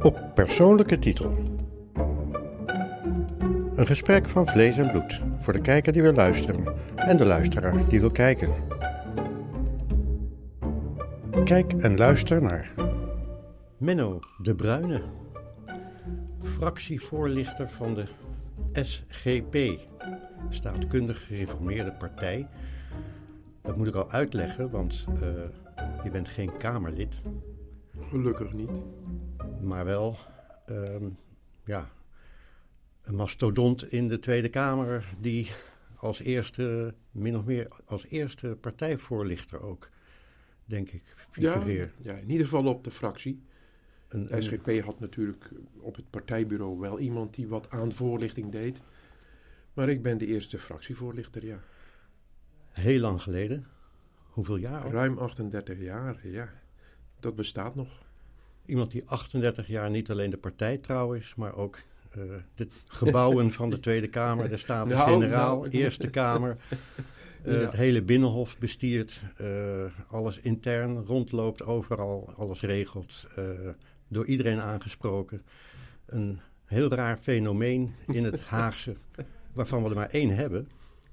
Op persoonlijke titel. Een gesprek van vlees en bloed, voor de kijker die wil luisteren en de luisteraar die wil kijken. Kijk en luister naar Menno de Bruyne, fractievoorlichter van de SGP, Staatkundig Gereformeerde Partij. Dat moet ik al uitleggen, want je bent geen Kamerlid. Gelukkig niet. Maar wel, een mastodont in de Tweede Kamer die als eerste, min of meer als eerste partijvoorlichter ook, denk ik, figureert. Ja, in ieder geval op de fractie. De SGP had natuurlijk op het partijbureau wel iemand die wat aan voorlichting deed. Maar ik ben de eerste fractievoorlichter, ja. Heel lang geleden. Hoeveel jaar al? Ruim 38 jaar, ja. Dat bestaat nog. Iemand die 38 jaar niet alleen de partij trouw is, maar ook de gebouwen van de Tweede Kamer, de Staten-Generaal, Eerste Kamer, het hele Binnenhof bestiert, alles intern rondloopt, overal alles regelt, door iedereen aangesproken. Een heel raar fenomeen in het Haagse, waarvan we er maar één hebben.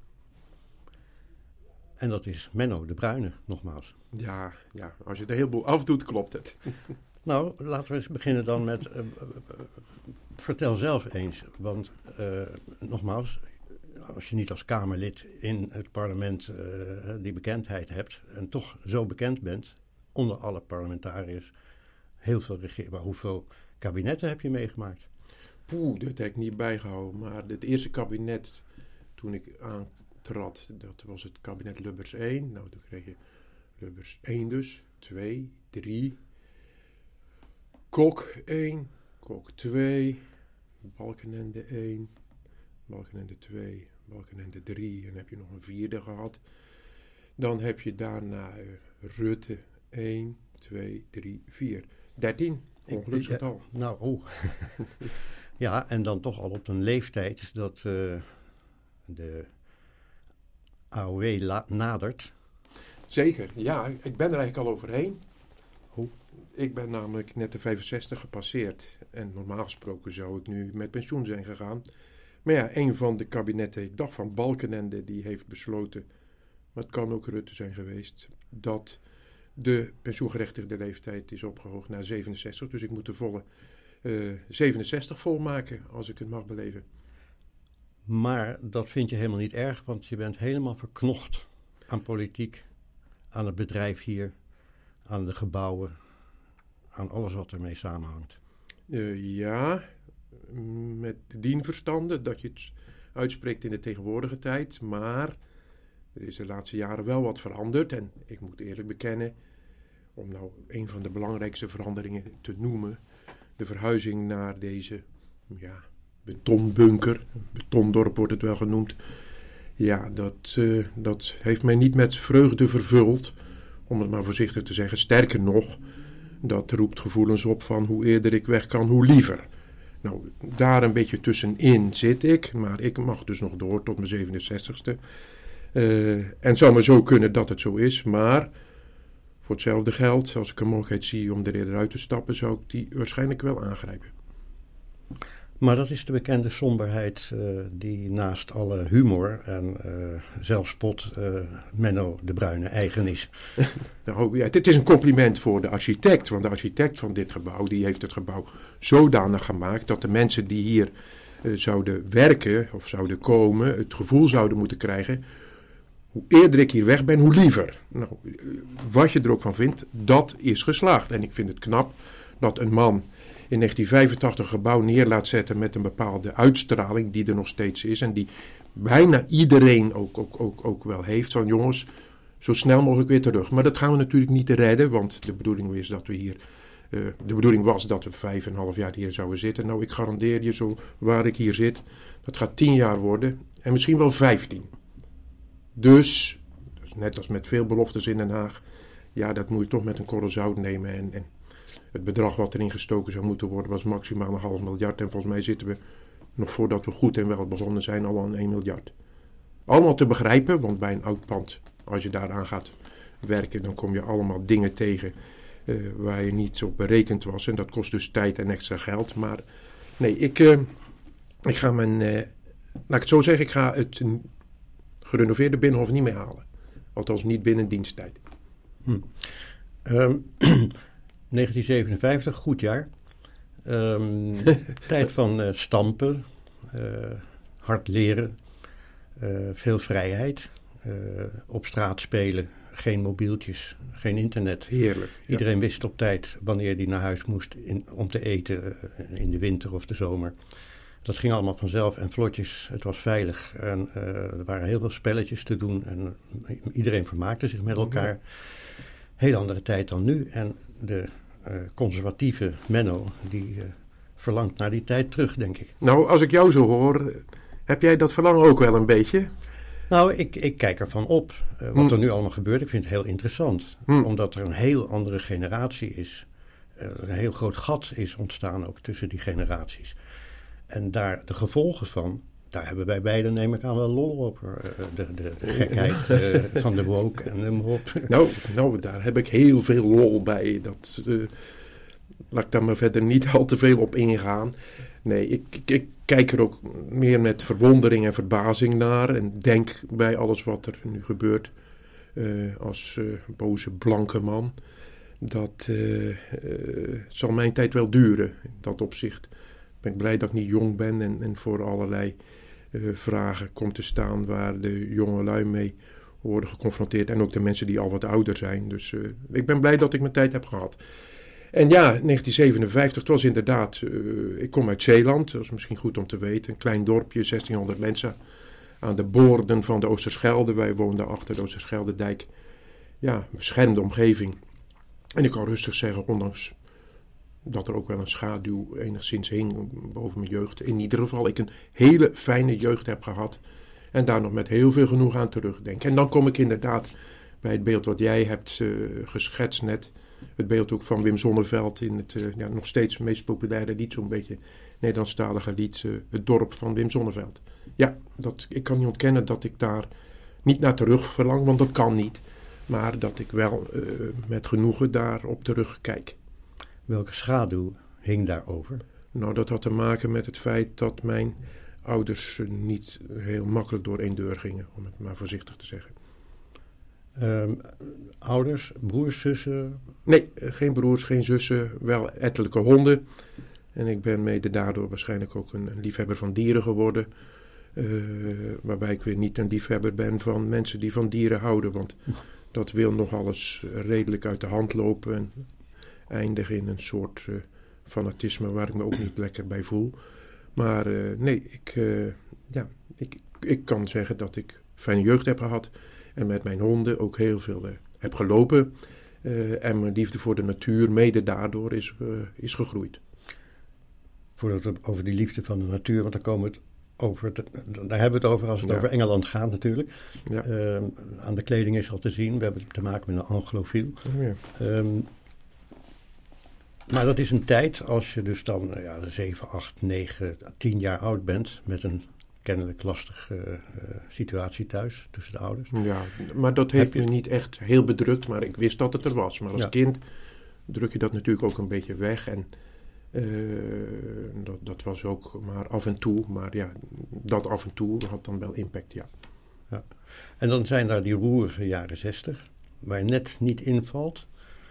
En dat is Menno de Bruyne, nogmaals. Ja, als je het een heleboel afdoet, klopt het. Nou, laten we eens beginnen dan met, vertel zelf eens, want nogmaals, als je niet als Kamerlid in het parlement die bekendheid hebt en toch zo bekend bent, onder alle parlementariërs, heel veel maar hoeveel kabinetten heb je meegemaakt? Dat heb ik niet bijgehouden, maar het eerste kabinet toen ik aantrad, dat was het kabinet Lubbers 1. Nou, toen kreeg je Lubbers 1 dus, 2, 3... Kok 1, Kok 2, Balkenende 1, Balkenende 2, Balkenende 3 en dan heb je nog een vierde gehad. Dan heb je daarna Rutte 1, 2, 3, 4, 13, ongeluksgetal. Ja, en dan toch al op een leeftijd dat de AOW nadert. Zeker, ja, ik ben er eigenlijk al overheen. Ik ben namelijk net de 65 gepasseerd en normaal gesproken zou ik nu met pensioen zijn gegaan. Maar ja, een van de kabinetten, ik dacht van Balkenende, die heeft besloten, maar het kan ook Rutte zijn geweest, dat de pensioengerechtigde leeftijd is opgehoogd naar 67. Dus ik moet de volle 67 volmaken, als ik het mag beleven. Maar dat vind je helemaal niet erg, want je bent helemaal verknocht aan politiek, aan het bedrijf hier, aan de gebouwen, aan alles wat ermee samenhangt. Ja, met dienverstande dat je het uitspreekt in de tegenwoordige tijd. Maar er is de laatste jaren wel wat veranderd. En ik moet eerlijk bekennen, om nou een van de belangrijkste veranderingen te noemen, de verhuizing naar deze betonbunker, betondorp wordt het wel genoemd. Ja, dat heeft mij niet met vreugde vervuld, om het maar voorzichtig te zeggen. Sterker nog, dat roept gevoelens op van hoe eerder ik weg kan, hoe liever. Nou, daar een beetje tussenin zit ik, maar ik mag dus nog door tot mijn 67ste. En het zou maar zo kunnen dat het zo is, maar voor hetzelfde geld, als ik een mogelijkheid zie om er eerder uit te stappen, zou ik die waarschijnlijk wel aangrijpen. Maar dat is de bekende somberheid die naast alle humor en zelfspot Menno de Bruyne eigen is. Nou, ja, het is een compliment voor de architect, want de architect van dit gebouw, die heeft het gebouw zodanig gemaakt dat de mensen die hier zouden werken of zouden komen, het gevoel zouden moeten krijgen, hoe eerder ik hier weg ben, hoe liever. Nou, wat je er ook van vindt, dat is geslaagd. En ik vind het knap dat een man in 1985 een gebouw neer laat zetten met een bepaalde uitstraling die er nog steeds is en die bijna iedereen ook wel heeft, van jongens, zo snel mogelijk weer terug. Maar dat gaan we natuurlijk niet redden, want de bedoeling is dat we hier, de bedoeling was dat we 5,5 jaar hier zouden zitten. Nou, ik garandeer je, zo waar ik hier zit, dat gaat 10 jaar worden en misschien wel 15. Dus net als met veel beloftes in Den Haag, ja, dat moet je toch met een korrel zout nemen en het bedrag wat erin gestoken zou moeten worden was maximaal 500 miljoen. En volgens mij zitten we, nog voordat we goed en wel begonnen zijn, al aan 1 miljard. Allemaal te begrijpen, want bij een oud pand, als je daaraan gaat werken, dan kom je allemaal dingen tegen waar je niet op berekend was. En dat kost dus tijd en extra geld. Maar nee, ik ga laat ik het zo zeggen, ik ga het gerenoveerde Binnenhof niet meer halen. Althans niet binnen diensttijd. 1957, goed jaar. Tijd van stampen, hard leren, veel vrijheid, op straat spelen, geen mobieltjes, geen internet. Heerlijk. Ja. Iedereen wist op tijd wanneer hij naar huis moest om te eten in de winter of de zomer. Dat ging allemaal vanzelf en vlotjes, het was veilig. En er waren heel veel spelletjes te doen en iedereen vermaakte zich met elkaar. Heel andere tijd dan nu. En de conservatieve Menno, die verlangt naar die tijd terug, denk ik. Nou, als ik jou zo hoor, heb jij dat verlangen ook wel een beetje? Nou, ik kijk ervan op wat er nu allemaal gebeurt. Ik vind het heel interessant. Omdat er een heel andere generatie is. Een heel groot gat is ontstaan ook tussen die generaties. En daar de gevolgen van, daar hebben wij beiden, neem ik aan, wel lol op. De gekheid van de woke en de mop. Nou, daar heb ik heel veel lol bij. Laat ik daar maar verder niet al te veel op ingaan. Nee, ik kijk er ook meer met verwondering en verbazing naar. En denk bij alles wat er nu gebeurt als boze blanke man. Dat zal mijn tijd wel duren in dat opzicht. Ben ik blij dat ik niet jong ben en voor allerlei vragen kom te staan waar de jongelui mee worden geconfronteerd. En ook de mensen die al wat ouder zijn. Dus ik ben blij dat ik mijn tijd heb gehad. En ja, 1957, het was inderdaad, ik kom uit Zeeland, dat is misschien goed om te weten. Een klein dorpje, 1600 mensen aan de boorden van de Oosterschelde. Wij woonden achter de Oosterscheldedijk. Ja, beschermde omgeving. En ik kan rustig zeggen, ondanks dat er ook wel een schaduw enigszins hing boven mijn jeugd. In ieder geval, ik een hele fijne jeugd heb gehad. En daar nog met heel veel genoeg aan terugdenk. En dan kom ik inderdaad bij het beeld wat jij hebt geschetst net. Het beeld ook van Wim Sonneveld in het nog steeds meest populaire lied, zo'n beetje Nederlandstalige lied, Het dorp van Wim Sonneveld. Ja, ik kan niet ontkennen dat ik daar niet naar terug verlang, want dat kan niet. Maar dat ik wel met genoegen daarop terugkijk. Welke schaduw hing daarover? Nou, dat had te maken met het feit dat mijn ouders niet heel makkelijk door één deur gingen, om het maar voorzichtig te zeggen. Ouders, broers, zussen? Nee, geen broers, geen zussen, wel ettelijke honden. En ik ben mede daardoor waarschijnlijk ook een liefhebber van dieren geworden. Waarbij ik weer niet een liefhebber ben van mensen die van dieren houden. Want dat wil nog alles redelijk uit de hand lopen en eindigen in een soort fanatisme waar ik me ook niet lekker bij voel. Maar nee, ik kan zeggen dat ik fijne jeugd heb gehad. En met mijn honden ook heel veel heb gelopen. En mijn liefde voor de natuur mede daardoor is gegroeid. Voordat we over die liefde van de natuur, want daar komen we het over. Daar hebben we het over als het over Engeland gaat natuurlijk. Ja. Aan de kleding is al te zien. We hebben te maken met een anglofiel. Ja. Maar dat is een tijd als je dus dan 7, 8, 9, 10 jaar oud bent met een kennelijk lastige situatie thuis tussen de ouders. Ja, maar dat heeft me niet echt heel bedrukt, maar ik wist dat het er was. Maar als kind druk je dat natuurlijk ook een beetje weg en dat was ook maar af en toe. Maar ja, dat af en toe had dan wel impact, ja. En dan zijn daar die roerige jaren 60, waar je net niet invalt.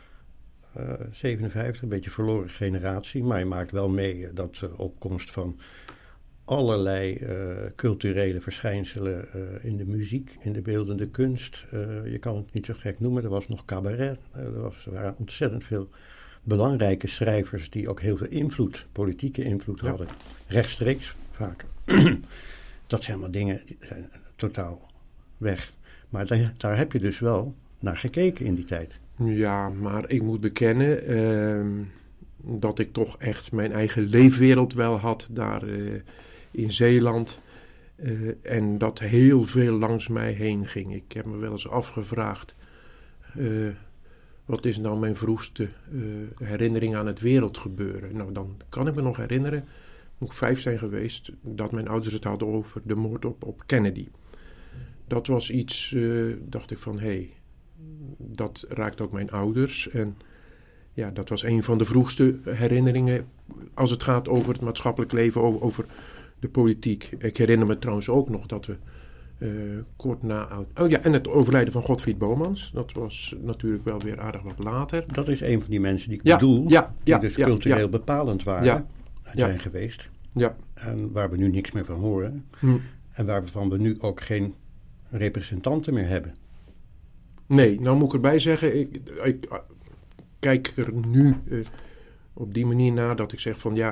57, een beetje verloren generatie, maar je maakt wel mee dat de opkomst van allerlei culturele verschijnselen in de muziek, in de beeldende kunst. Je kan het niet zo gek noemen, er was nog cabaret. Er waren ontzettend veel belangrijke schrijvers die ook heel veel invloed, politieke invloed hadden. Rechtstreeks vaak. Dat zijn allemaal dingen die zijn totaal weg. Maar daar heb je dus wel naar gekeken in die tijd. Ja, maar ik moet bekennen dat ik toch echt mijn eigen leefwereld wel had daar in Zeeland. En dat heel veel langs mij heen ging. Ik heb me wel eens afgevraagd, wat is nou mijn vroegste herinnering aan het wereldgebeuren? Nou, dan kan ik me nog herinneren, moet ik 5 zijn geweest, dat mijn ouders het hadden over de moord op Kennedy. Dat was iets, dacht ik van, hé, dat raakt ook mijn ouders. En ja, dat was een van de vroegste herinneringen als het gaat over het maatschappelijk leven, over de politiek. Ik herinner me trouwens ook nog dat we kort na... en het overlijden van Godfried Bomans. Dat was natuurlijk wel weer aardig wat later. Dat is een van die mensen die ik bedoel, die dus cultureel bepalend waren en zijn geweest. Ja. En waar we nu niks meer van horen. En waarvan we nu ook geen representanten meer hebben. Nee, nou moet ik erbij zeggen, ik kijk er nu op die manier naar dat ik zeg van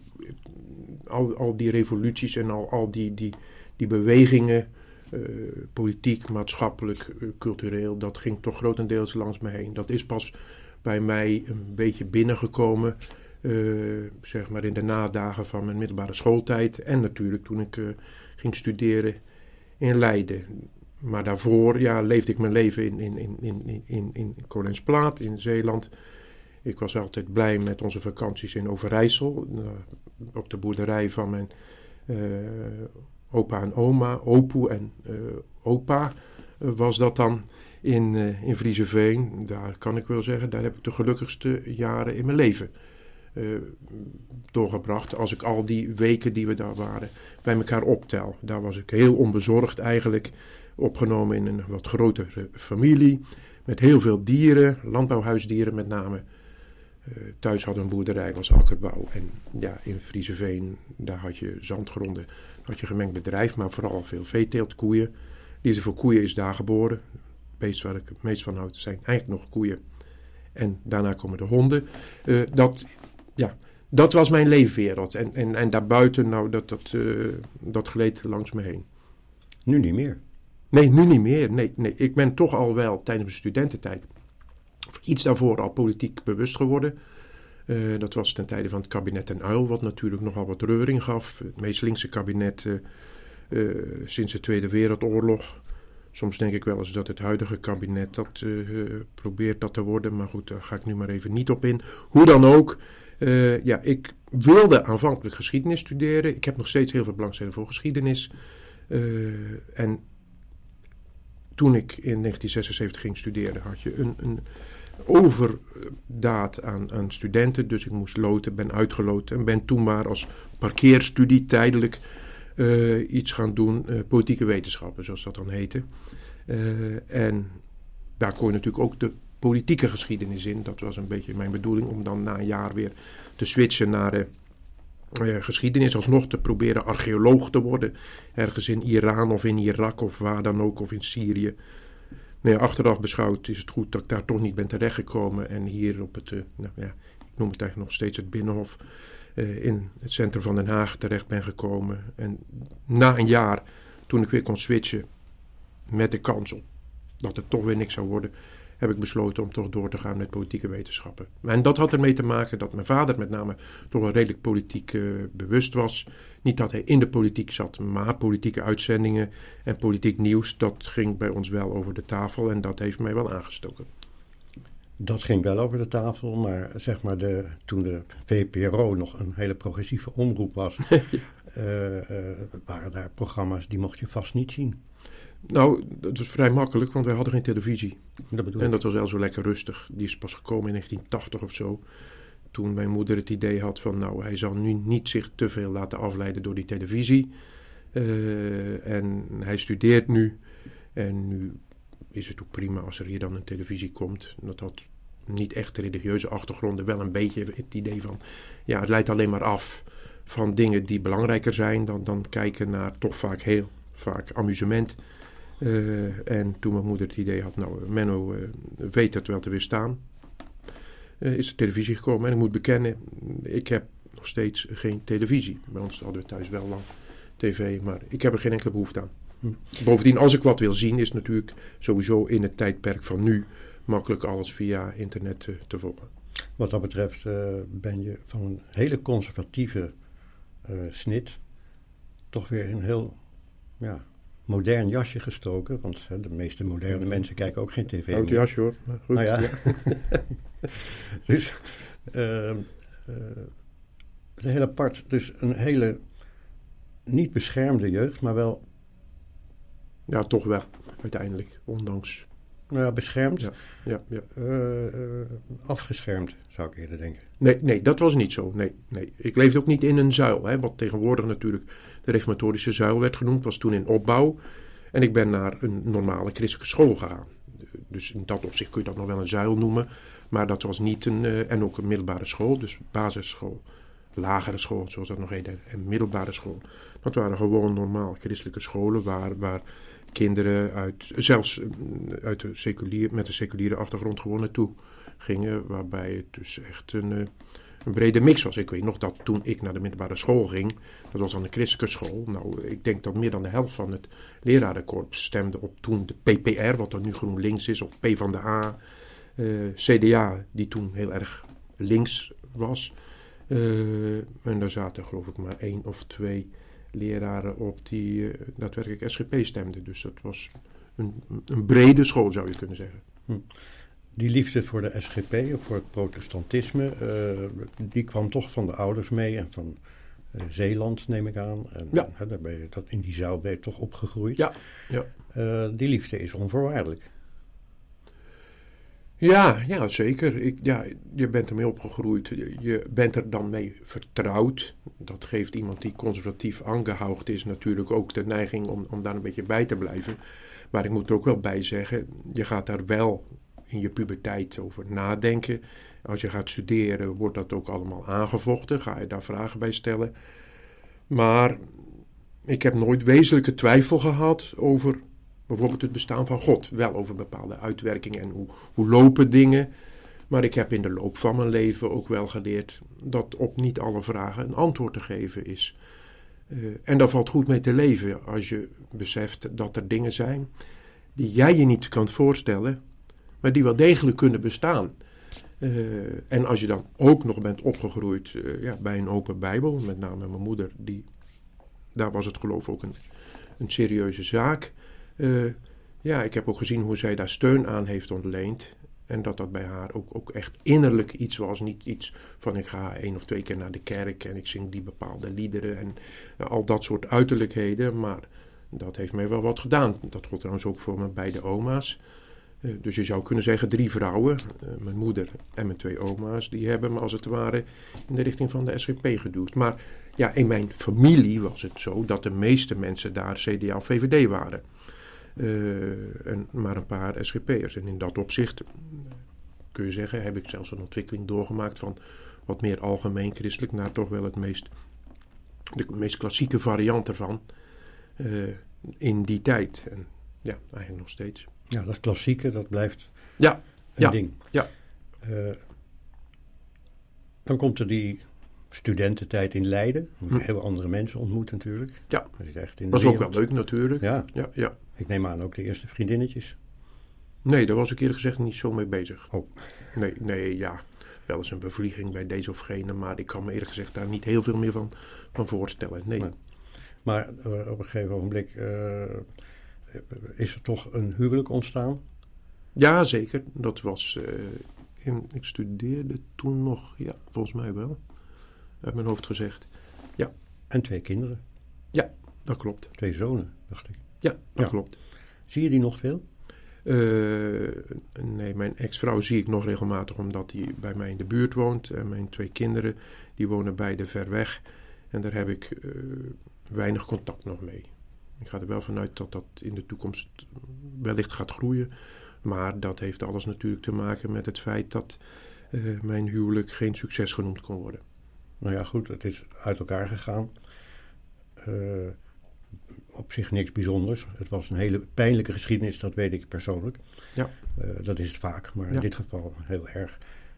al die revoluties en al die bewegingen, politiek, maatschappelijk, cultureel, dat ging toch grotendeels langs me heen. Dat is pas bij mij een beetje binnengekomen, zeg maar in de nadagen van mijn middelbare schooltijd en natuurlijk toen ik ging studeren in Leiden. Maar daarvoor leefde ik mijn leven in Koningsplaat, in Zeeland. Ik was altijd blij met onze vakanties in Overijssel. Op de boerderij van mijn opa en oma, opoe en opa was dat dan in Vriezeveen. Daar kan ik wel zeggen, daar heb ik de gelukkigste jaren in mijn leven doorgebracht. Als ik al die weken die we daar waren bij elkaar optel. Daar was ik heel onbezorgd eigenlijk. Opgenomen in een wat grotere familie. Met heel veel dieren, landbouwhuisdieren met name. Thuis hadden we een boerderij, was akkerbouw. En in Vriezeveen, daar had je zandgronden, had je gemengd bedrijf. Maar vooral veel veeteelt, koeien. Liefde voor koeien is daar geboren. Het beest waar ik het meest van houd zijn eigenlijk nog koeien. En daarna komen de honden. Dat was mijn leefwereld. En daarbuiten, dat gleed langs me heen. Nu niet meer? Nee, nu niet meer. Nee. Ik ben toch al wel tijdens mijn studententijd, of iets daarvoor, al politiek bewust geworden. Dat was ten tijde van het kabinet ten Uyl, wat natuurlijk nogal wat reuring gaf. Het meest linkse kabinet sinds de Tweede Wereldoorlog. Soms denk ik wel eens dat het huidige kabinet dat probeert dat te worden. Maar goed, daar ga ik nu maar even niet op in. Hoe dan ook. Ik wilde aanvankelijk geschiedenis studeren. Ik heb nog steeds heel veel belangstelling voor geschiedenis. En toen ik in 1976 ging studeren, had je een overdaad aan studenten. Dus ik moest loten, ben uitgeloten en ben toen maar als parkeerstudie tijdelijk iets gaan doen. Politieke wetenschappen, zoals dat dan heette. En daar kon je natuurlijk ook de politieke geschiedenis in. Dat was een beetje mijn bedoeling om dan na een jaar weer te switchen naar geschiedenis. Alsnog te proberen archeoloog te worden. Ergens in Iran of in Irak of waar dan ook. Of in Syrië. Nee, achteraf beschouwd is het goed dat ik daar toch niet ben terechtgekomen. En hier op het, ik noem het eigenlijk nog steeds het Binnenhof. In het centrum van Den Haag terecht ben gekomen. En na een jaar, toen ik weer kon switchen met de kans op dat het toch weer niks zou worden, heb ik besloten om toch door te gaan met politieke wetenschappen. En dat had ermee te maken dat mijn vader met name toch wel redelijk politiek bewust was. Niet dat hij in de politiek zat, maar politieke uitzendingen en politiek nieuws, dat ging bij ons wel over de tafel en dat heeft mij wel aangestoken. Dat ging wel over de tafel, maar zeg maar toen de VPRO nog een hele progressieve omroep was, waren daar programma's die mocht je vast niet zien. Nou, dat was vrij makkelijk, want wij hadden geen televisie. Dat was wel zo lekker rustig. Die is pas gekomen in 1980 of zo. Toen mijn moeder het idee had van, hij zal nu niet zich te veel laten afleiden door die televisie. En hij studeert nu. En nu is het ook prima als er hier dan een televisie komt. Dat had niet echt religieuze achtergronden. Wel een beetje het idee van, het leidt alleen maar af van dingen die belangrijker zijn dan kijken naar toch heel vaak amusement. En toen mijn moeder het idee had, Menno weet het wel te weerstaan, is de televisie gekomen. En ik moet bekennen, ik heb nog steeds geen televisie. Bij ons hadden we thuis wel lang tv, maar ik heb er geen enkele behoefte aan. Bovendien, als ik wat wil zien, is natuurlijk sowieso in het tijdperk van nu makkelijk alles via internet te volgen. Wat dat betreft ben je van een hele conservatieve snit toch weer een heel modern jasje gestoken. Want de meeste moderne mensen kijken ook geen tv meer. Oud jasje hoor. Maar goed. Dus heel apart. Dus een hele niet beschermde jeugd, maar wel... Ja, toch wel. Uiteindelijk. Ondanks Nou ja, beschermd. Ja. Afgeschermd, zou ik eerder denken. Nee, dat was niet zo. Nee. Ik leefde ook niet in een zuil. Hè, wat tegenwoordig natuurlijk de reformatorische zuil werd genoemd. Was toen in opbouw. En ik ben naar een normale christelijke school gegaan. Dus in dat opzicht kun je dat nog wel een zuil noemen. Maar dat was niet en ook een middelbare school. Dus basisschool, lagere school, zoals dat nog heette. En middelbare school. Dat waren gewoon normaal christelijke scholen waar kinderen zelfs met een seculiere achtergrond gewoon naartoe gingen. Waarbij het dus echt een brede mix was. Ik weet nog dat toen ik naar de middelbare school ging, dat was dan een christelijke school. Nou, ik denk dat meer dan de helft van het lerarenkorps stemde op toen de PPR, wat dan nu GroenLinks is, of PvdA, CDA, die toen heel erg links was. En daar zaten geloof ik maar 1 of 2 leraren op die daadwerkelijk SGP stemden. Dus dat was een brede school, zou je kunnen zeggen. Die liefde voor de SGP of voor het protestantisme, die kwam toch van de ouders mee en van Zeeland, neem ik aan. En, in die zuil ben je toch opgegroeid. Ja. Die liefde is onvoorwaardelijk. Ja, zeker. Je bent ermee opgegroeid. Je bent er dan mee vertrouwd. Dat geeft iemand die conservatief aangehouden is natuurlijk ook de neiging om daar een beetje bij te blijven. Maar ik moet er ook wel bij zeggen, je gaat daar wel in je puberteit over nadenken. Als je gaat studeren, wordt dat ook allemaal aangevochten. Ga je daar vragen bij stellen. Maar ik heb nooit wezenlijke twijfel gehad over bijvoorbeeld het bestaan van God. Wel over bepaalde uitwerkingen en hoe lopen dingen. Maar ik heb in de loop van mijn leven ook wel geleerd dat op niet alle vragen een antwoord te geven is. En daar valt goed mee te leven als je beseft dat er dingen zijn die jij je niet kan voorstellen, maar die wel degelijk kunnen bestaan. En als je dan ook nog bent opgegroeid bij een open Bijbel, met name mijn moeder, daar was het geloof ook een serieuze zaak. Ik heb ook gezien hoe zij daar steun aan heeft ontleend. En dat bij haar ook echt innerlijk iets was. Niet iets van ik ga 1 of 2 keer naar de kerk en ik zing die bepaalde liederen en al dat soort uiterlijkheden. Maar dat heeft mij wel wat gedaan. Dat gold trouwens ook voor mijn beide oma's. Dus je zou kunnen zeggen 3 vrouwen, mijn moeder en mijn 2 oma's, die hebben me als het ware in de richting van de SGP geduwd. Maar ja, in mijn familie was het zo dat de meeste mensen daar CDA of VVD waren. Maar een paar SGP'ers. En in dat opzicht, kun je zeggen, heb ik zelfs een ontwikkeling doorgemaakt van wat meer algemeen christelijk naar toch wel de meest klassieke variant ervan in die tijd. En ja, eigenlijk nog steeds. Ja, dat klassieke, dat blijft een ding. Ja. Dan komt er die studententijd in Leiden. Heel andere mensen ontmoet natuurlijk. Ja, echt in dat is ook wel leuk natuurlijk. Ja. Ja. Ik neem aan ook de eerste vriendinnetjes. Nee, daar was ik eerlijk gezegd niet zo mee bezig. Oh. Nee, wel eens een bevlieging bij deze of gene, maar ik kan me eerlijk gezegd daar niet heel veel meer van voorstellen. Nee. Maar op een gegeven ogenblik is er toch een huwelijk ontstaan? Ja, zeker. Dat was, ik studeerde toen nog, ja, volgens mij wel. Uit mijn hoofd gezegd. Ja. En 2 kinderen? Ja, dat klopt. 2 zonen, dacht ik. Ja, dat klopt. Zie je die nog veel? Nee, mijn ex-vrouw zie ik nog regelmatig omdat die bij mij in de buurt woont. En mijn 2 kinderen, die wonen beide ver weg. En daar heb ik weinig contact nog mee. Ik ga er wel vanuit dat dat in de toekomst wellicht gaat groeien. Maar dat heeft alles natuurlijk te maken met het feit dat mijn huwelijk geen succes genoemd kon worden. Nou ja, goed, het is uit elkaar gegaan. Op zich niks bijzonders. Het was een hele pijnlijke geschiedenis, dat weet ik persoonlijk. Ja. Dat is het vaak, maar in dit geval heel erg.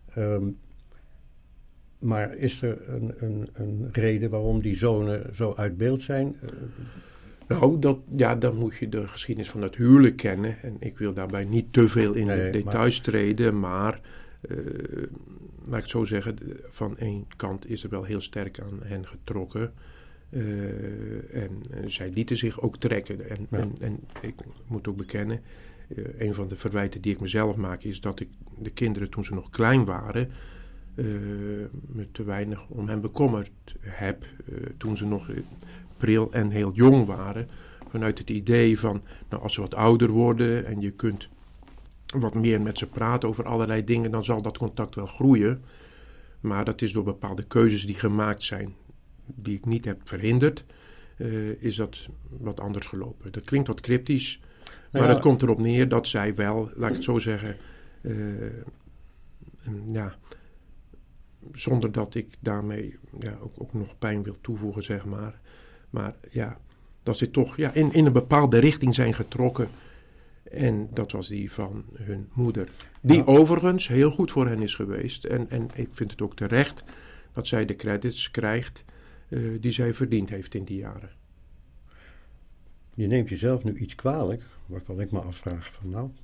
Maar is er een reden waarom die zonen zo uit beeld zijn? Nou, dan moet je de geschiedenis van het huwelijk kennen. En ik wil daarbij niet te veel in de details treden, maar laat ik het zo zeggen, van één kant is er wel heel sterk aan hen getrokken. En zij lieten zich ook trekken. En ik moet ook bekennen, een van de verwijten die ik mezelf maak is dat ik de kinderen toen ze nog klein waren me te weinig om hen bekommerd heb. Toen ze nog pril en heel jong waren. Vanuit het idee van, nou, als ze wat ouder worden en je kunt wat meer met ze praat over allerlei dingen, dan zal dat contact wel groeien. Maar dat is door bepaalde keuzes die gemaakt zijn, die ik niet heb verhinderd, is dat wat anders gelopen. Dat klinkt wat cryptisch, maar het komt erop neer dat zij wel, laat ik het zo zeggen, zonder dat ik daarmee ook nog pijn wil toevoegen, zeg maar. Maar ja, dat ze toch in een bepaalde richting zijn getrokken. En dat was die van hun moeder. Die overigens heel goed voor hen is geweest. En ik vind het ook terecht dat zij de credits krijgt die zij verdiend heeft in die jaren. Je neemt jezelf nu iets kwalijk, waarvan ik me afvraag van nou...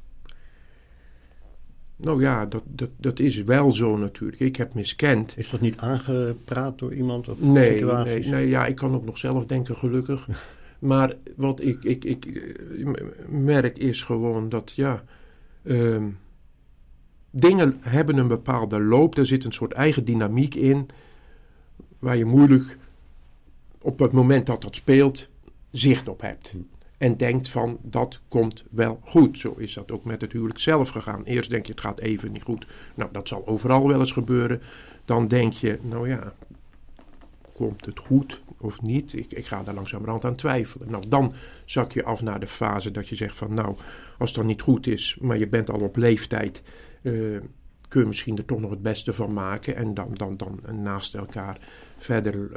Nou ja, dat is wel zo natuurlijk. Ik heb miskend. Is dat niet aangepraat door iemand? Of Nee, ik kan ook nog zelf denken, gelukkig. Maar wat ik merk is gewoon dat, dingen hebben een bepaalde loop. Er zit een soort eigen dynamiek in, waar je moeilijk op het moment dat dat speelt, zicht op hebt. En denkt van, dat komt wel goed. Zo is dat ook met het huwelijk zelf gegaan. Eerst denk je, het gaat even niet goed. Nou, dat zal overal wel eens gebeuren. Dan denk je, komt het goed of niet? Ik ga daar langzamerhand aan twijfelen. Nou, dan zak je af naar de fase dat je zegt van, als het dan niet goed is, maar je bent al op leeftijd, kun je misschien er toch nog het beste van maken en dan naast elkaar verder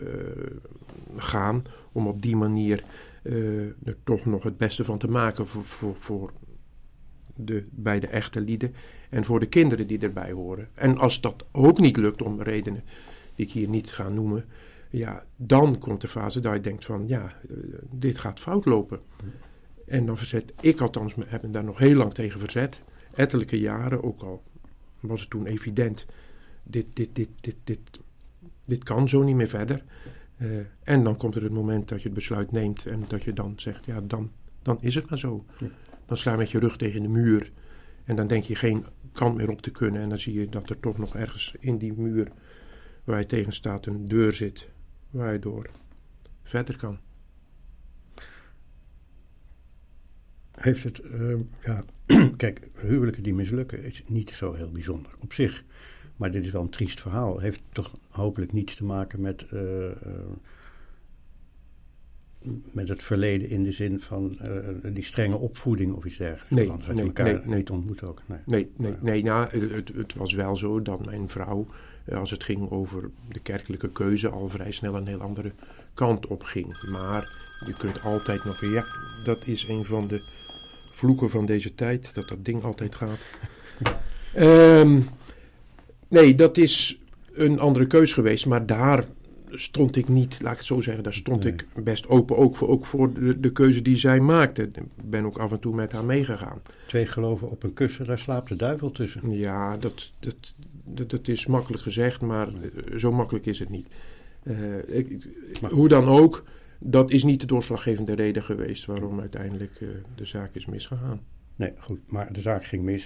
gaan, om op die manier er toch nog het beste van te maken voor de beide echte lieden en voor de kinderen die erbij horen. En als dat ook niet lukt, om redenen die ik hier niet ga noemen, dan komt de fase dat je denkt van, dit gaat fout lopen. En dan verzet ik althans, heb me daar nog heel lang tegen verzet, ettelijke jaren, ook al was het toen evident, dit kan zo niet meer verder. En dan komt er het moment dat je het besluit neemt en dat je dan zegt, dan is het maar zo. Dan sla je met je rug tegen de muur en dan denk je geen kant meer op te kunnen en dan zie je dat er toch nog ergens in die muur waar je tegen staat een deur zit waar je door verder kan. Heeft het, kijk, huwelijken die mislukken is niet zo heel bijzonder op zich. Maar dit is wel een triest verhaal. Heeft toch hopelijk niets te maken met het verleden in de zin van die strenge opvoeding of iets dergelijks. Nee, anders had je elkaar niet ontmoet ook. Nee, het was wel zo dat mijn vrouw, als het ging over de kerkelijke keuze, al vrij snel een heel andere kant op ging. Maar je kunt altijd nog, dat is een van de vloeken van deze tijd, dat ding altijd gaat. Nee, dat is een andere keus geweest, maar daar stond ik niet, laat ik het zo zeggen, daar stond ik best open, ook voor de keuze die zij maakte. Ik ben ook af en toe met haar meegegaan. 2 geloven op een kussen, daar slaapt de duivel tussen. Ja, dat is makkelijk gezegd, maar zo makkelijk is het niet. Hoe dan ook, dat is niet de doorslaggevende reden geweest waarom uiteindelijk de zaak is misgegaan. Nee, goed, maar de zaak ging mis.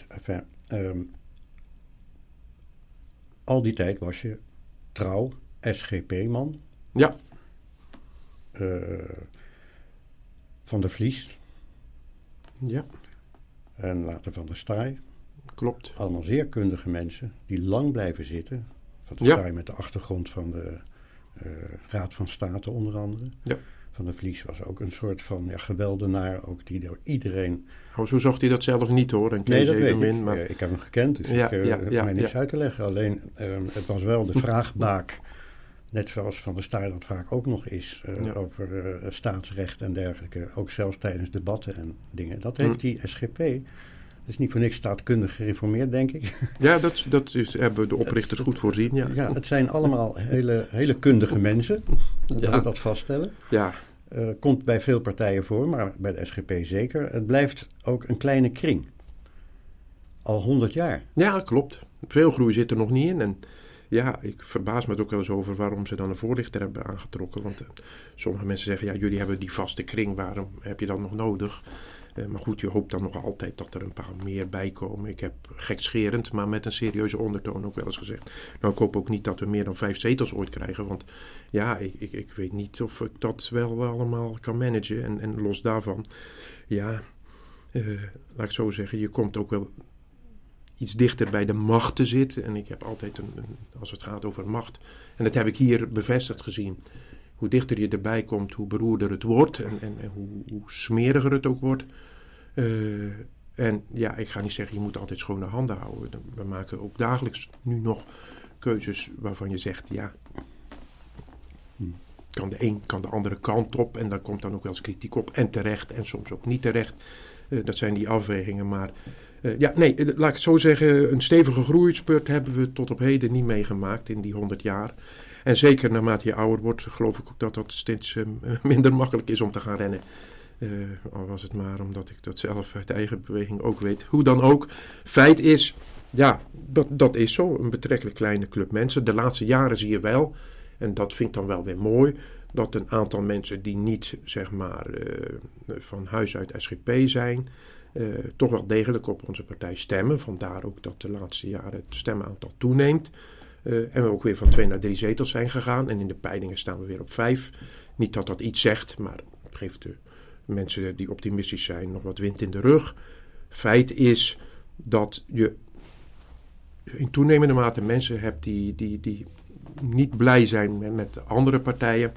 Al die tijd was je trouw SGP-man. Ja. Van der Vlies. Ja. En later Van der Staaij. Klopt. Allemaal zeer kundige mensen die lang blijven zitten. Van der Staaij met de achtergrond van de Raad van State onder andere. Ja. Van der Vlies was ook een soort van geweldenaar, ook die door iedereen... Zo zag hij dat zelf niet hoor. Nee, dat weet ik. Maar... ik heb hem gekend, dus ik heb mij niets uit te leggen. Alleen, het was wel de vraagbaak, net zoals Van der Staaij dat vaak ook nog is, over staatsrecht en dergelijke. Ook zelfs tijdens debatten en dingen. Dat heeft die SGP... Het is niet voor niks staatkundig gereformeerd, denk ik. Ja, hebben de oprichters goed voorzien. Ja, het zijn allemaal hele kundige mensen. Dat we dat vaststellen. Ja. Komt bij veel partijen voor, maar bij de SGP zeker. Het blijft ook een kleine kring. Al 100 jaar. Ja, klopt. Veel groei zit er nog niet in. En ik verbaas me er ook wel eens over waarom ze dan een voorlichter hebben aangetrokken. Want sommige mensen zeggen, jullie hebben die vaste kring, waarom heb je dat nog nodig? Maar goed, je hoopt dan nog altijd dat er een paar meer bij komen. Ik heb gekscherend, maar met een serieuze ondertoon ook wel eens gezegd. Nou, ik hoop ook niet dat we meer dan 5 zetels ooit krijgen. Want ik weet niet of ik dat wel allemaal kan managen. En los daarvan, laat ik zo zeggen, je komt ook wel iets dichter bij de macht te zitten. En ik heb altijd, als het gaat over macht, en dat heb ik hier bevestigd gezien, hoe dichter je erbij komt, hoe beroerder het wordt en hoe smeriger het ook wordt. En ja, ik ga niet zeggen, je moet altijd schone handen houden. We maken ook dagelijks nu nog keuzes waarvan je zegt, ja, kan de een, kan de andere kant op. En daar komt dan ook wel eens kritiek op. En terecht en soms ook niet terecht. Dat zijn die afwegingen. Maar laat ik het zo zeggen, een stevige groeispurt hebben we tot op heden niet meegemaakt in die 100 jaar. En zeker naarmate je ouder wordt, geloof ik ook dat steeds minder makkelijk is om te gaan rennen. Al was het maar omdat ik dat zelf uit eigen beweging ook weet. Hoe dan ook, feit is, ja, dat is zo. Een betrekkelijk kleine club mensen. De laatste jaren zie je wel, en dat vind ik dan wel weer mooi, dat een aantal mensen die niet, zeg maar, van huis uit SGP zijn, toch wel degelijk op onze partij stemmen. Vandaar ook dat de laatste jaren het stemmenaantal toeneemt. En we ook weer van 2 naar 3 zetels zijn gegaan. En in de peilingen staan we weer op 5. Niet dat dat iets zegt, maar het geeft de mensen die optimistisch zijn nog wat wind in de rug. Feit is dat je in toenemende mate mensen hebt die niet blij zijn met de andere partijen.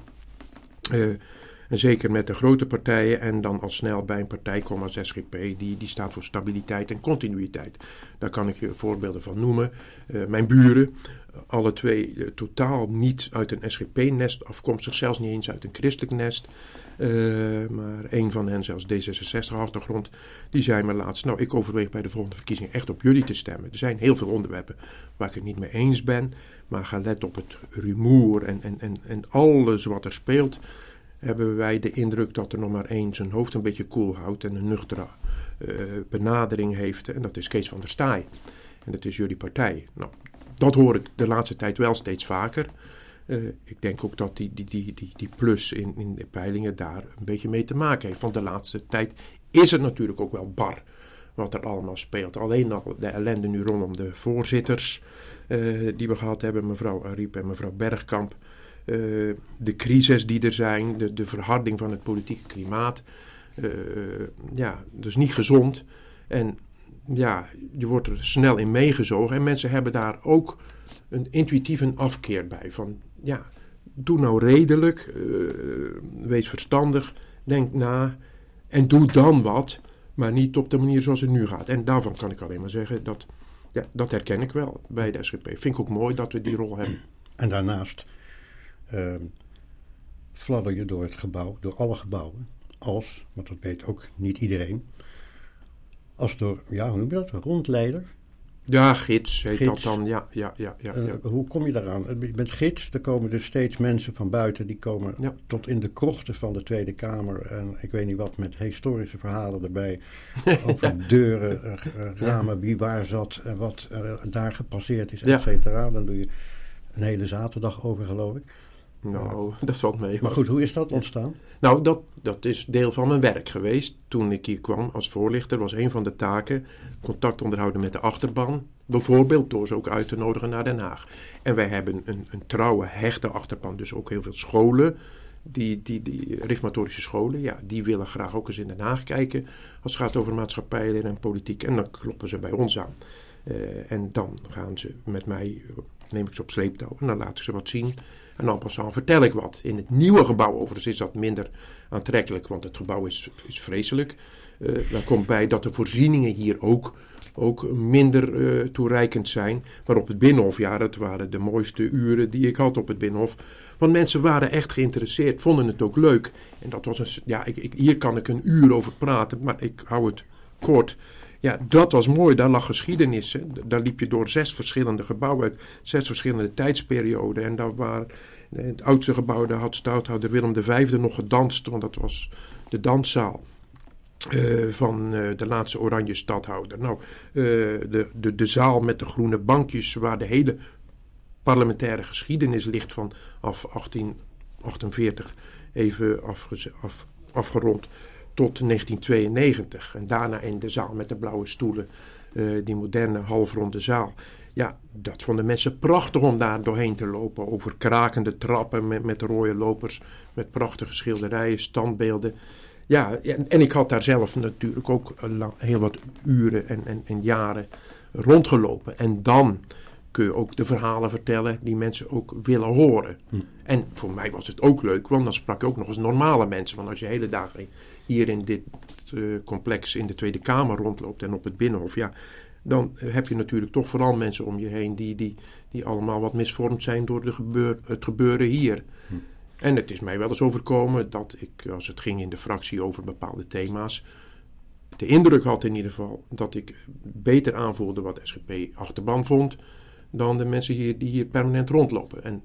En zeker met de grote partijen en dan al snel bij een partij komen als SGP, die staat voor stabiliteit en continuïteit. Daar kan ik je voorbeelden van noemen. Mijn buren, alle twee totaal niet uit een SGP-nest afkomstig, zelfs niet eens uit een christelijk nest. Maar een van hen, zelfs D66-achtergrond, die zei me laatst, nou, ik overweeg bij de volgende verkiezingen echt op jullie te stemmen. Er zijn heel veel onderwerpen waar ik het niet mee eens ben, maar ga let op het rumoer en alles wat er speelt. Hebben wij de indruk dat er nog maar één zijn hoofd een beetje koel houdt en een nuchtere benadering heeft. En dat is Kees van der Staaij. En dat is jullie partij. Nou, dat hoor ik de laatste tijd wel steeds vaker. Ik denk ook dat die plus in de peilingen daar een beetje mee te maken heeft. Want de laatste tijd is het natuurlijk ook wel bar wat er allemaal speelt. Alleen al de ellende nu rondom de voorzitters die we gehad hebben, mevrouw Ariep en mevrouw Bergkamp. De crisis die er zijn, de verharding van het politieke klimaat. Dus niet gezond. En ja, je wordt er snel in meegezogen. En mensen hebben daar ook een intuïtieve afkeer bij. Van ja, doe nou redelijk, wees verstandig, denk na en doe dan wat. Maar niet op de manier zoals het nu gaat. En daarvan kan ik alleen maar zeggen dat herken ik wel bij de SGP. Vind ik ook mooi dat we die rol hebben. En daarnaast fladder je door het gebouw, door alle gebouwen, als, want dat weet ook niet iedereen, als door, ja, hoe noem je dat, rondleider? Ja, gids heet dat dan, ja. Hoe kom je daaraan? Je bent gids, er komen dus steeds mensen van buiten, die komen tot in de krochten van de Tweede Kamer en ik weet niet wat, met historische verhalen erbij, over deuren, ramen, wie waar zat en wat daar gepasseerd is, et cetera. Dan doe je een hele zaterdag over, geloof ik. Nou, dat valt mee. Maar goed, hoe is dat ontstaan? Nou, dat is deel van mijn werk geweest. Toen ik hier kwam als voorlichter was een van de taken contact onderhouden met de achterban. Bijvoorbeeld door ze ook uit te nodigen naar Den Haag. En wij hebben een trouwe, hechte achterban. Dus ook heel veel scholen. Die reformatorische scholen, ja, die willen graag ook eens in Den Haag kijken. Als het gaat over maatschappij en politiek. En dan kloppen ze bij ons aan. En dan gaan ze met mij, neem ik ze op sleeptouw en dan laat ik ze wat zien. En dan pas aan vertel ik wat. In het nieuwe gebouw overigens is dat minder aantrekkelijk, want het gebouw is vreselijk. Daar komt bij dat de voorzieningen hier ook minder toereikend zijn. Maar op het Binnenhof, ja, dat waren de mooiste uren die ik had op het Binnenhof. Want mensen waren echt geïnteresseerd, vonden het ook leuk. En dat was hier kan ik een uur over praten, maar ik hou het kort. Ja, dat was mooi. Daar lag geschiedenis. Hè. Daar liep je door 6 verschillende gebouwen, 6 verschillende tijdsperioden. En daar waren het oudste gebouw, daar had stadhouder Willem V nog gedanst, want dat was de danszaal van de laatste oranje stadhouder. Nou, de zaal met de groene bankjes waar de hele parlementaire geschiedenis ligt vanaf 1848 even afgerond. Tot 1992. En daarna in de zaal met de blauwe stoelen. Die moderne halfronde zaal. Ja, dat vonden mensen prachtig om daar doorheen te lopen. Over krakende trappen met rode lopers. Met prachtige schilderijen, standbeelden. En ik had daar zelf natuurlijk ook heel wat uren en jaren rondgelopen. En dan kun je ook de verhalen vertellen die mensen ook willen horen. En voor mij was het ook leuk, want dan sprak ik ook nog eens normale mensen. Want als je hele dagen hier in dit complex in de Tweede Kamer rondloopt en op het Binnenhof, dan heb je natuurlijk toch vooral mensen om je heen die allemaal wat misvormd zijn door het gebeuren hier. En het is mij wel eens overkomen dat ik, als het ging in de fractie over bepaalde thema's, de indruk had in ieder geval dat ik beter aanvoelde wat SGP achterban vond dan de mensen die hier permanent rondlopen. En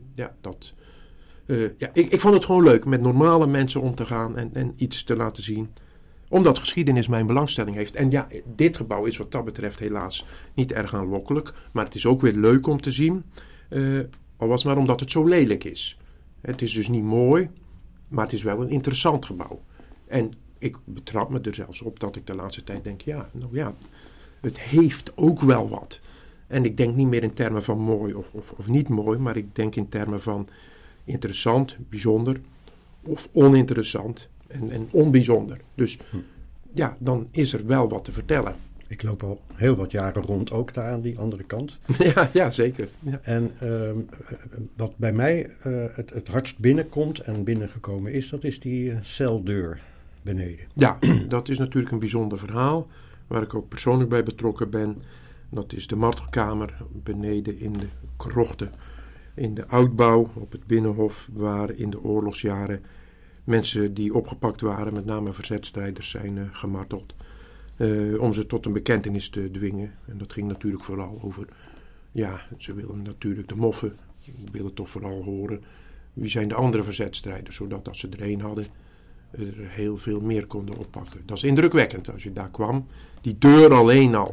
ik vond het gewoon leuk met normale mensen om te gaan en iets te laten zien. Omdat geschiedenis mijn belangstelling heeft. En dit gebouw is wat dat betreft helaas niet erg aanlokkelijk. Maar het is ook weer leuk om te zien. Al was het maar omdat het zo lelijk is. Het is dus niet mooi, maar het is wel een interessant gebouw. En ik betrap me er zelfs op dat ik de laatste tijd denk, het heeft ook wel wat. En ik denk niet meer in termen van mooi of niet mooi, maar ik denk in termen van interessant, bijzonder of oninteressant en onbijzonder. Dus dan is er wel wat te vertellen. Ik loop al heel wat jaren rond, ook daar aan die andere kant. Ja, zeker. Ja. En wat bij mij het hardst binnenkomt en binnengekomen is, dat is die celdeur beneden. Ja, dat is natuurlijk een bijzonder verhaal, waar ik ook persoonlijk bij betrokken ben. Dat is de martelkamer beneden in de krochten, in de oudbouw op het Binnenhof, waar in de oorlogsjaren mensen die opgepakt waren, met name verzetstrijders, zijn gemarteld. Om ze tot een bekentenis te dwingen. En dat ging natuurlijk vooral over, ze willen natuurlijk de moffen, willen toch vooral horen wie zijn de andere verzetstrijders, zodat als ze er één hadden, er heel veel meer konden oppakken. Dat is indrukwekkend als je daar kwam. Die deur alleen al,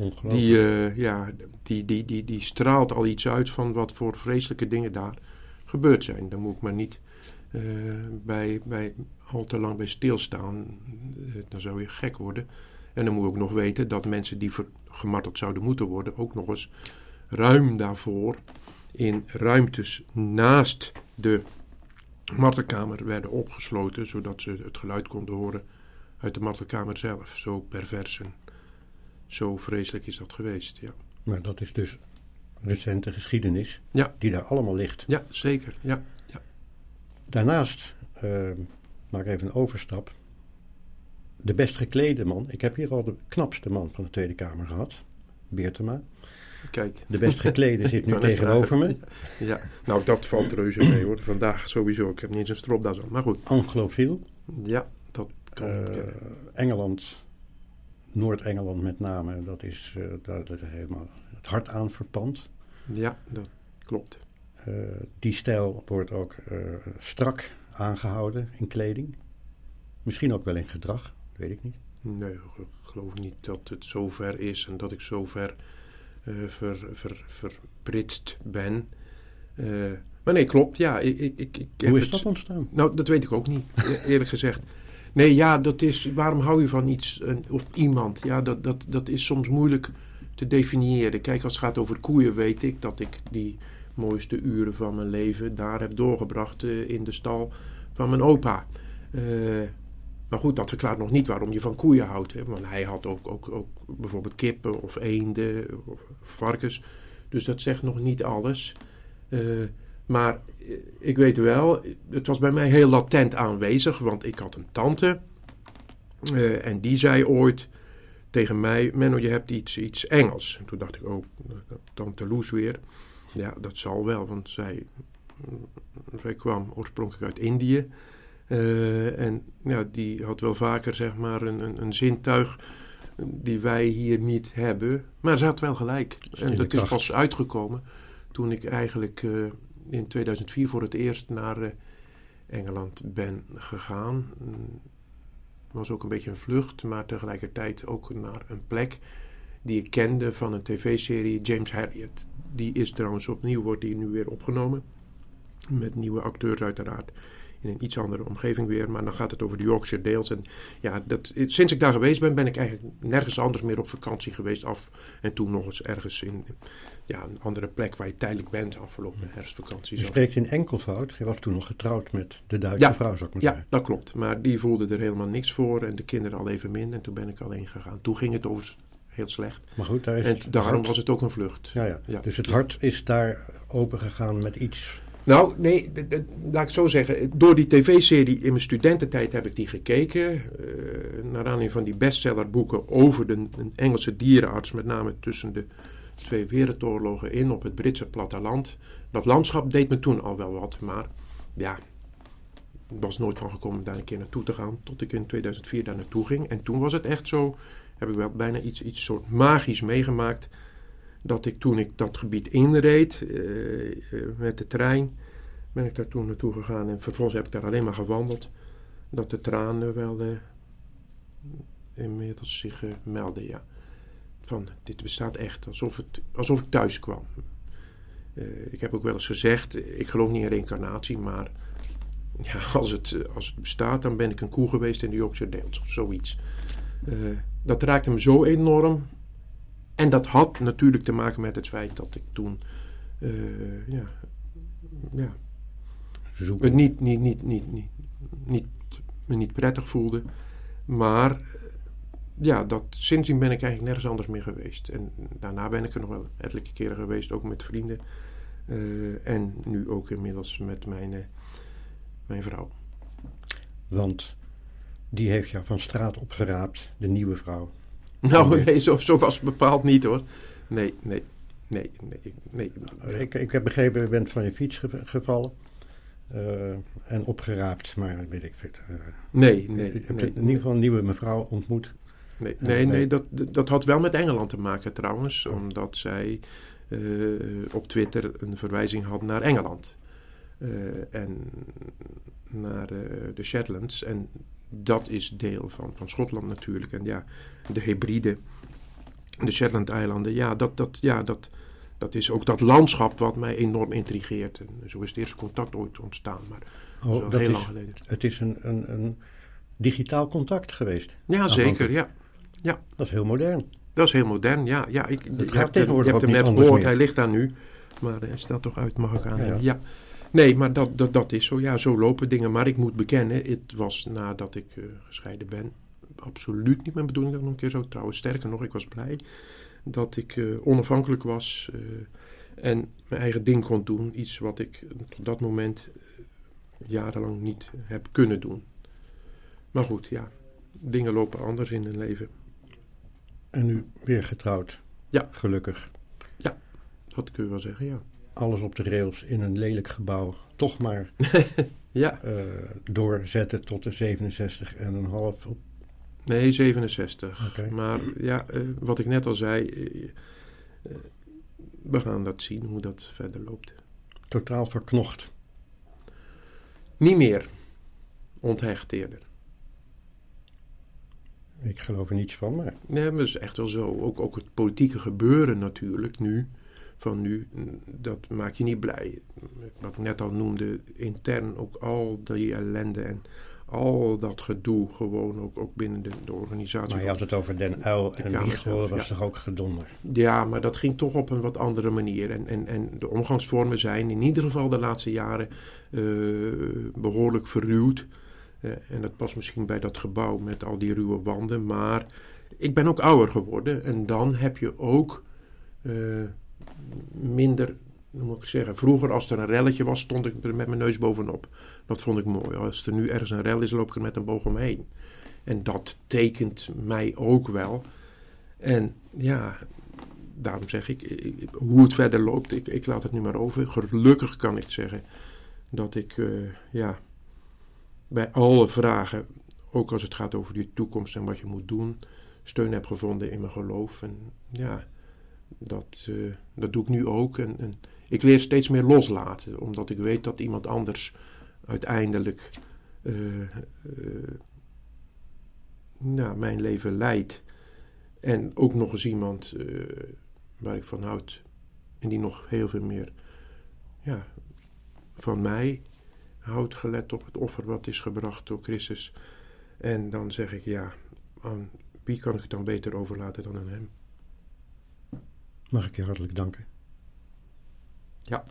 die straalt al iets uit van wat voor vreselijke dingen daar gebeurd zijn. Daar moet ik maar niet bij al te lang bij stilstaan. Dan zou je gek worden. En dan moet je ook nog weten dat mensen die gemarteld zouden moeten worden, ook nog eens ruim daarvoor in ruimtes naast de martelkamer werden opgesloten, zodat ze het geluid konden horen uit de martelkamer zelf. Zo pervers en zo vreselijk is dat geweest, ja. Maar dat is dus recente geschiedenis die daar allemaal ligt. Ja, zeker, ja. Daarnaast, maak even een overstap, de best geklede man. Ik heb hier al de knapste man van de Tweede Kamer gehad, Beertema. Kijk. De best geklede zit nu tegenover me. Ja, nou dat valt reuze mee hoor. Vandaag sowieso. Ik heb niet eens een stropdas aan, maar goed. Anglofiel. Ja, dat kan Engeland, Noord-Engeland met name, dat is helemaal het hart aan verpand. Ja, dat klopt. Die stijl wordt ook strak aangehouden in kleding. Misschien ook wel in gedrag, weet ik niet. Nee, ik geloof niet dat het zo ver is en dat ik zo ver verpritst ben. Maar nee, klopt, ja. Hoe is dat ontstaan? Nou, dat weet ik ook niet, eerlijk gezegd. Nee, dat is, waarom hou je van iets of iemand? Ja, dat is soms moeilijk te definiëren. Kijk, als het gaat over koeien, weet ik dat ik die mooiste uren van mijn leven daar heb doorgebracht in de stal van mijn opa. Maar goed, dat verklaart nog niet waarom je van koeien houdt. Hè? Want hij had ook bijvoorbeeld kippen of eenden of varkens. Dus dat zegt nog niet alles. Maar ik weet wel, het was bij mij heel latent aanwezig. Want ik had een tante. En die zei ooit tegen mij, Menno, je hebt iets Engels. En toen dacht ik, tante Loes weer. Ja, dat zal wel, want zij kwam oorspronkelijk uit Indië. En die had wel vaker zeg maar een zintuig die wij hier niet hebben. Maar ze had wel gelijk. En dat is pas uitgekomen toen ik eigenlijk in 2004 voor het eerst naar Engeland ben gegaan. Was ook een beetje een vlucht, maar tegelijkertijd ook naar een plek die ik kende van een tv-serie James Herriot. Die is trouwens opnieuw, wordt die nu weer opgenomen. Met nieuwe acteurs uiteraard in een iets andere omgeving weer. Maar dan gaat het over de Yorkshire Dales. En ja, sinds ik daar geweest ben ik eigenlijk nergens anders meer op vakantie geweest en toen nog eens ergens in een andere plek waar je tijdelijk bent afgelopen herfstvakantie. Je spreekt in enkelvoud. Je was toen nog getrouwd met de Duitse vrouw, zou ik maar zeggen. Ja, dat klopt. Maar die voelde er helemaal niks voor en de kinderen al even min. En toen ben ik alleen gegaan. Toen ging het overigens heel slecht. Maar goed, daar is en daarom was het ook een vlucht. Ja. Dus het hart is daar open gegaan met iets. Nou, nee, laat ik het zo zeggen. Door die tv-serie in mijn studententijd heb ik die gekeken. Naar aanleiding van die bestsellerboeken over een Engelse dierenarts. Met name tussen de 2 wereldoorlogen in op het Britse platteland. Dat landschap deed me toen al wel wat. Maar ja, was nooit van gekomen daar een keer naartoe te gaan. Tot ik in 2004 daar naartoe ging. En toen was het echt zo, heb ik wel bijna iets soort magisch meegemaakt. Dat ik toen ik dat gebied inreed met de trein, ben ik daar toen naartoe gegaan. En vervolgens heb ik daar alleen maar gewandeld. Dat de tranen wel inmiddels zich melden, ja. Van, dit bestaat echt, alsof ik thuis kwam. Ik heb ook wel eens gezegd, ik geloof niet in reïncarnatie, maar ja, als het bestaat, dan ben ik een koe geweest in de Yorkshire Dales of zoiets. Dat raakte me zo enorm. En dat had natuurlijk te maken met het feit dat ik toen het niet prettig voelde. Maar ja, sindsdien ben ik eigenlijk nergens anders meer geweest. En daarna ben ik er nog wel ettelijke keren geweest, ook met vrienden. En nu ook inmiddels met mijn vrouw. Want die heeft jou van straat opgeraapt, de nieuwe vrouw. Nou, nee, zo was het bepaald niet, hoor. Nee. Ik heb begrepen, je bent van je fiets gevallen en opgeraapt, maar weet ik veel. Nee. Je hebt in ieder geval een nieuwe mevrouw ontmoet. Nee, dat had wel met Engeland te maken trouwens, omdat zij op Twitter een verwijzing had naar Engeland. En naar de Shetlands. En dat is deel van Schotland natuurlijk. En ja, de Hebriden, de Shetland-eilanden, dat is ook dat landschap wat mij enorm intrigeert. En zo is het eerste contact ooit ontstaan, maar dat is heel lang geleden. Het is een digitaal contact geweest. Ja, zeker, ja. Dat is heel modern. Dat is heel modern, ja. Je hebt hem net gehoord, hij ligt daar nu. Maar hij staat toch uit, mag ik aan. Ja. Nee, maar dat is zo. Ja, zo lopen dingen. Maar ik moet bekennen, het was nadat ik gescheiden ben absoluut niet mijn bedoeling dat ik nog een keer zou trouwen. Sterker nog, ik was blij dat ik onafhankelijk was en mijn eigen ding kon doen. Iets wat ik tot dat moment jarenlang niet heb kunnen doen. Maar goed, ja. Dingen lopen anders in hun leven. En nu weer getrouwd. Ja. Gelukkig. Ja, dat kun je wel zeggen, ja. Alles op de rails in een lelijk gebouw. Toch maar doorzetten tot de 67,5. Nee, 67. Okay. Maar ja, wat ik net al zei, we gaan dat zien hoe dat verder loopt. Totaal verknocht. Niet meer. Onthecht eerder. Ik geloof er niets van, maar... Nee, maar dat is echt wel zo. Ook het politieke gebeuren natuurlijk nu, dat maakt je niet blij. Wat ik net al noemde, intern ook al die ellende en al dat gedoe gewoon ook binnen de organisatie. Maar je had het over Den Uyl en Wiegel, was toch ook gedonder? Ja, maar dat ging toch op een wat andere manier. En de omgangsvormen zijn in ieder geval de laatste jaren behoorlijk verruwd. En dat past misschien bij dat gebouw met al die ruwe wanden. Maar ik ben ook ouder geworden. En dan heb je ook minder, hoe moet ik zeggen. Vroeger als er een relletje was, stond ik er met mijn neus bovenop. Dat vond ik mooi. Als er nu ergens een rel is, loop ik er met een boog omheen. En dat tekent mij ook wel. En ja, daarom zeg ik, hoe het verder loopt, ik laat het nu maar over. Gelukkig kan ik zeggen dat ik, bij alle vragen, ook als het gaat over die toekomst en wat je moet doen, steun heb gevonden in mijn geloof. En ja, dat doe ik nu ook. En ik leer steeds meer loslaten, omdat ik weet dat iemand anders uiteindelijk mijn leven leidt. En ook nog eens iemand waar ik van houd en die nog heel veel meer van mij houdt gelet op het offer wat is gebracht door Christus. En dan zeg ik, ja, aan wie kan ik het dan beter overlaten dan aan hem? Mag ik je hartelijk danken? Ja.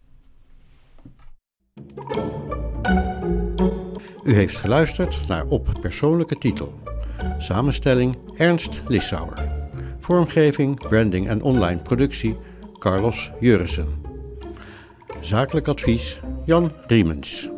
U heeft geluisterd naar Op Persoonlijke Titel. Samenstelling Ernst Lissauer. Vormgeving, branding en online productie Carlos Jurissen. Zakelijk advies Jan Riemens.